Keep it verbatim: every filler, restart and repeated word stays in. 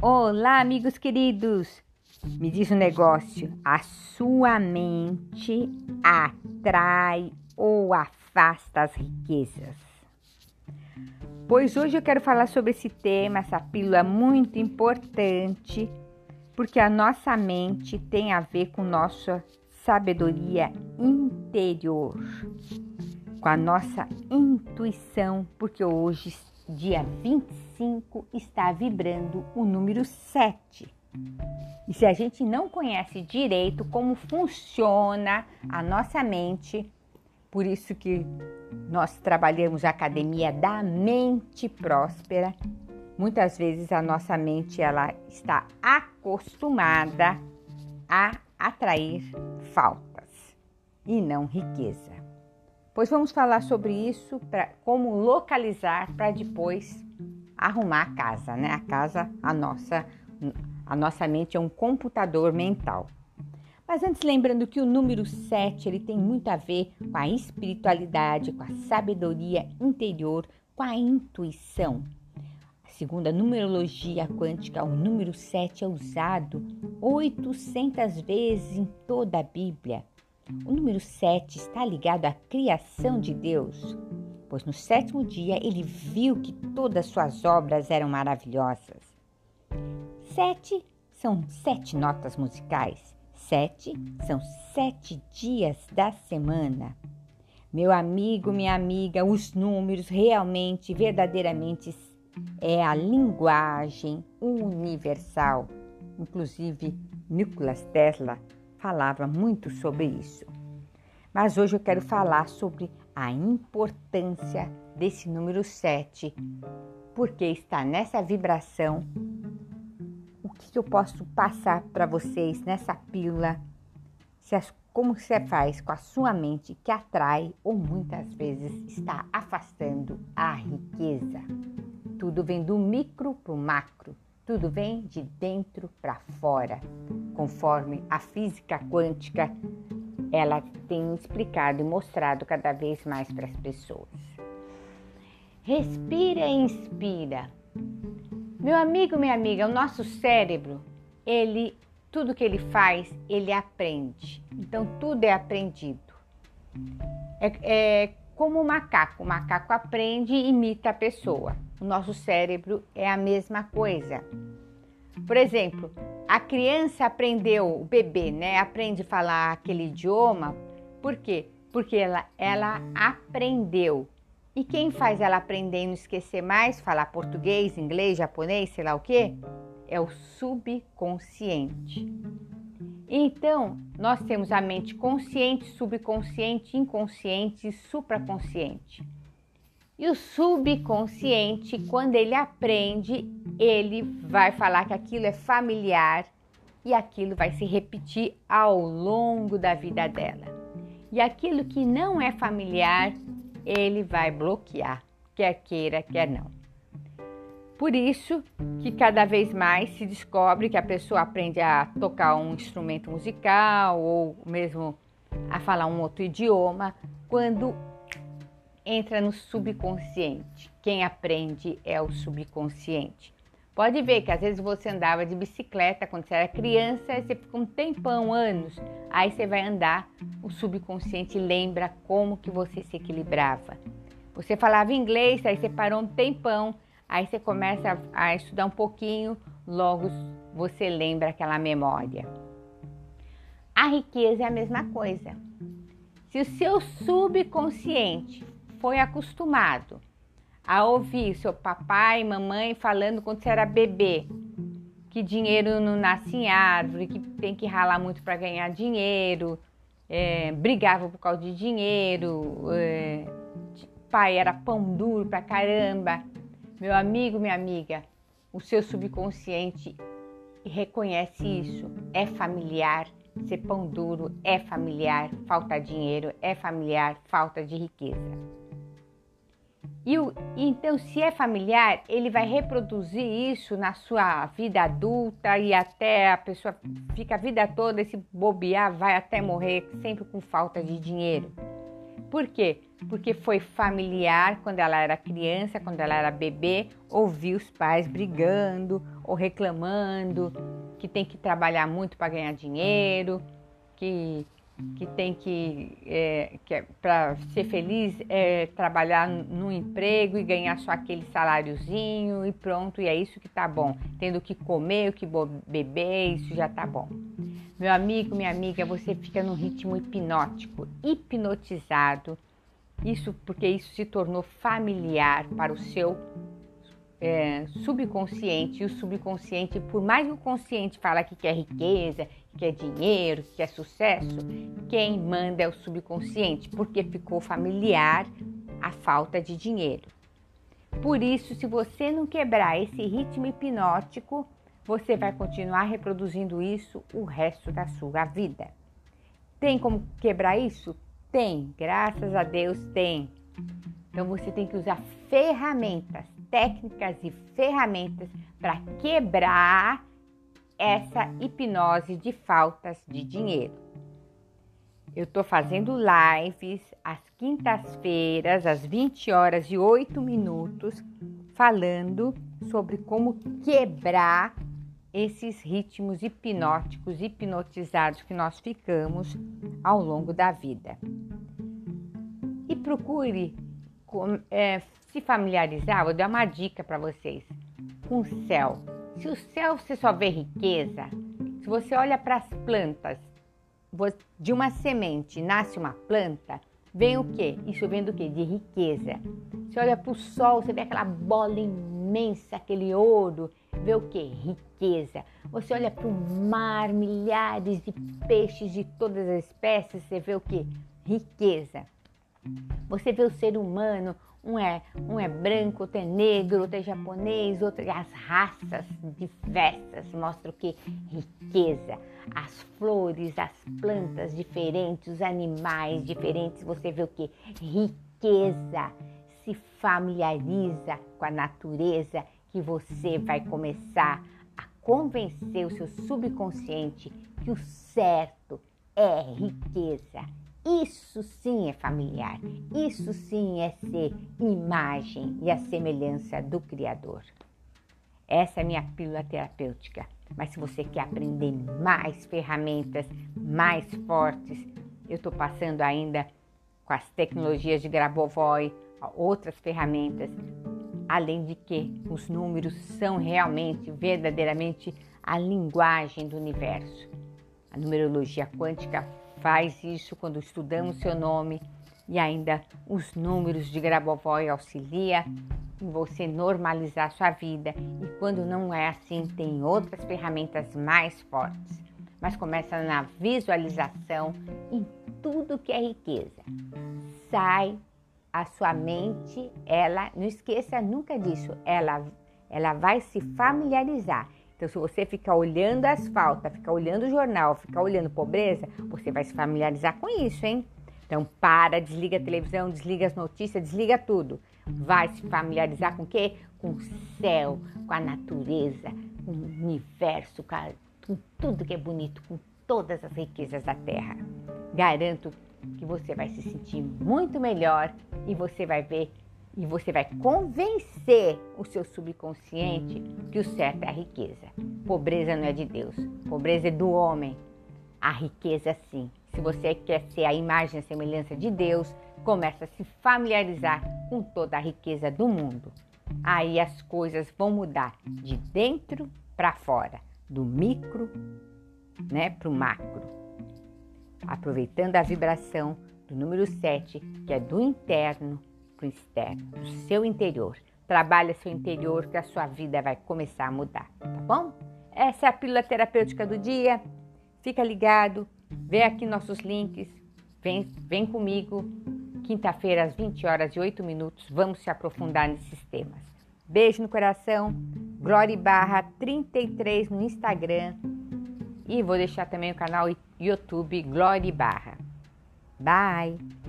Olá, amigos queridos! Me diz um negócio: a sua mente atrai ou afasta as riquezas? Pois hoje eu quero falar sobre esse tema, essa pílula muito importante, porque a nossa mente tem a ver com nossa sabedoria interior, com a nossa intuição, porque hoje, dia vinte e cinco, está vibrando o número sete. E se a gente não conhece direito como funciona a nossa mente, por isso que nós trabalhamos a Academia da Mente Próspera, muitas vezes a nossa mente ela está acostumada a atrair faltas e não riqueza. Pois vamos falar sobre isso, pra, como localizar para depois arrumar a casa, né? A casa, a nossa, a nossa mente é um computador mental. Mas antes, lembrando que o número sete, ele tem muito a ver com a espiritualidade, com a sabedoria interior, com a intuição. Segundo a numerologia quântica, o número sete é usado oitocentas vezes em toda a Bíblia. O número sete está ligado à criação de Deus, pois no sétimo dia ele viu que todas suas obras eram maravilhosas. Sete são sete notas musicais. Sete são sete dias da semana. Meu amigo, minha amiga, os números realmente, verdadeiramente é a linguagem universal. Inclusive, Nikola Tesla falava muito sobre isso. Mas hoje eu quero falar sobre a importância desse número sete, porque está nessa vibração. O que eu posso passar para vocês nessa pílula? Se as, como você faz com a sua mente que atrai ou muitas vezes está afastando a riqueza? Tudo vem do micro para o macro. Tudo vem de dentro para fora, conforme a física quântica ela tem explicado e mostrado cada vez mais para as pessoas. Respira e inspira. Meu amigo, minha amiga, o nosso cérebro, ele, tudo que ele faz, ele aprende. Então, tudo é aprendido. É, é como o macaco. O macaco aprende e imita a pessoa. O nosso cérebro é a mesma coisa. Por exemplo, a criança aprendeu, o bebê, né? Aprende a falar aquele idioma. Por quê? Porque ela, ela aprendeu. E quem faz ela aprender e não esquecer mais, falar português, inglês, japonês, sei lá o quê? É o subconsciente. Então, nós temos a mente consciente, subconsciente, inconsciente e supraconsciente. E o subconsciente, quando ele aprende, ele vai falar que aquilo é familiar e aquilo vai se repetir ao longo da vida dela. E aquilo que não é familiar, ele vai bloquear, quer queira, quer não. Por isso que cada vez mais se descobre que a pessoa aprende a tocar um instrumento musical ou mesmo a falar um outro idioma quando entra no subconsciente. Quem aprende é o subconsciente. Pode ver que às vezes você andava de bicicleta quando você era criança, aí você fica um tempão, anos, aí você vai andar, o subconsciente lembra como que você se equilibrava. Você falava inglês, aí você parou um tempão, aí você começa a estudar um pouquinho, logo você lembra aquela memória. A riqueza é a mesma coisa. Se o seu subconsciente foi acostumado a ouvir seu papai e mamãe falando quando você era bebê, que dinheiro não nasce em árvore, que tem que ralar muito para ganhar dinheiro, é, brigava por causa de dinheiro, é, pai era pão duro pra caramba. Meu amigo, minha amiga, o seu subconsciente reconhece isso, é familiar, ser pão duro é familiar, falta dinheiro é familiar, falta de riqueza. E o, então, se é familiar, ele vai reproduzir isso na sua vida adulta e até a pessoa fica a vida toda, se bobear, vai até morrer sempre com falta de dinheiro. Por quê? Porque foi familiar quando ela era criança, quando ela era bebê, ouvir os pais brigando ou reclamando que tem que trabalhar muito para ganhar dinheiro, que, que tem que, é, que é, para ser feliz, é, trabalhar num emprego e ganhar só aquele saláriozinho e pronto, e é isso que tá bom. Tendo o que comer, o que beber, isso já tá bom. Meu amigo, minha amiga, você fica num ritmo hipnótico, hipnotizado, isso porque isso se tornou familiar para o seu é, subconsciente, e o subconsciente, por mais que o consciente fala que quer riqueza, que quer dinheiro, que quer sucesso, quem manda é o subconsciente, porque ficou familiar a falta de dinheiro. Por isso, se você não quebrar esse ritmo hipnótico, você vai continuar reproduzindo isso o resto da sua vida. Tem como quebrar isso? Tem, graças a Deus tem. Então você tem que usar ferramentas, técnicas e ferramentas para quebrar essa hipnose de faltas de dinheiro. Eu estou fazendo lives às quintas-feiras, às vinte horas e oito minutos, falando sobre como quebrar esses ritmos hipnóticos, hipnotizados que nós ficamos ao longo da vida. E procure é, se familiarizar, vou dar uma dica para vocês, com o céu. Se o céu você só vê riqueza, se você olha para as plantas, de uma semente nasce uma planta, vem o quê? Isso vem do quê? De riqueza. Você olha para o sol, você vê aquela bola imensa, aquele ouro, vê o quê? Riqueza. Você olha para o mar, milhares de peixes de todas as espécies, você vê o quê? Riqueza. Você vê o ser humano, um é, um é branco, outro é negro, outro é japonês, outro é as raças diversas, mostra o quê? Riqueza. As flores, as plantas diferentes, os animais diferentes, você vê o quê? Riqueza. Se familiariza com a natureza, que você vai começar a convencer o seu subconsciente que o certo é riqueza. Isso sim é familiar, isso sim é ser imagem e a semelhança do Criador. Essa é a minha pílula terapêutica. Mas se você quer aprender mais ferramentas, mais fortes, eu estou passando ainda com as tecnologias de Grabovoi, outras ferramentas, além de que os números são realmente, verdadeiramente a linguagem do universo. A numerologia quântica faz isso quando estudamos seu nome e ainda os números de Grabovoi auxilia em você normalizar sua vida. E quando não é assim, tem outras ferramentas mais fortes. Mas começa na visualização em tudo que é riqueza. Sai a sua mente, ela, não esqueça nunca disso, ela, ela vai se familiarizar. Então, se você ficar olhando as faltas, ficar olhando o jornal, ficar olhando pobreza, você vai se familiarizar com isso, hein? Então, para, desliga a televisão, desliga as notícias, desliga tudo. Vai se familiarizar com o quê? Com o céu, com a natureza, com o universo, com, a, com tudo que é bonito, com todas as riquezas da Terra. Garanto que você vai se sentir muito melhor e você vai ver e você vai convencer o seu subconsciente que o certo é a riqueza. Pobreza não é de Deus, pobreza é do homem. A riqueza sim. Se você quer ser a imagem e a semelhança de Deus, começa a se familiarizar com toda a riqueza do mundo. Aí as coisas vão mudar de dentro para fora, do micro, né, para o macro. Aproveitando a vibração do número sete, que é do interno para o externo, do seu interior. Trabalha seu interior que a sua vida vai começar a mudar, tá bom? Essa é a pílula terapêutica do dia. Fica ligado, vê aqui nossos links, vem, vem comigo. Quinta-feira, às vinte horas e oito minutos, vamos se aprofundar nesses temas. Beijo no coração, Glória Barra trinta e três no Instagram e vou deixar também o canal YouTube Glória Barra. Bye!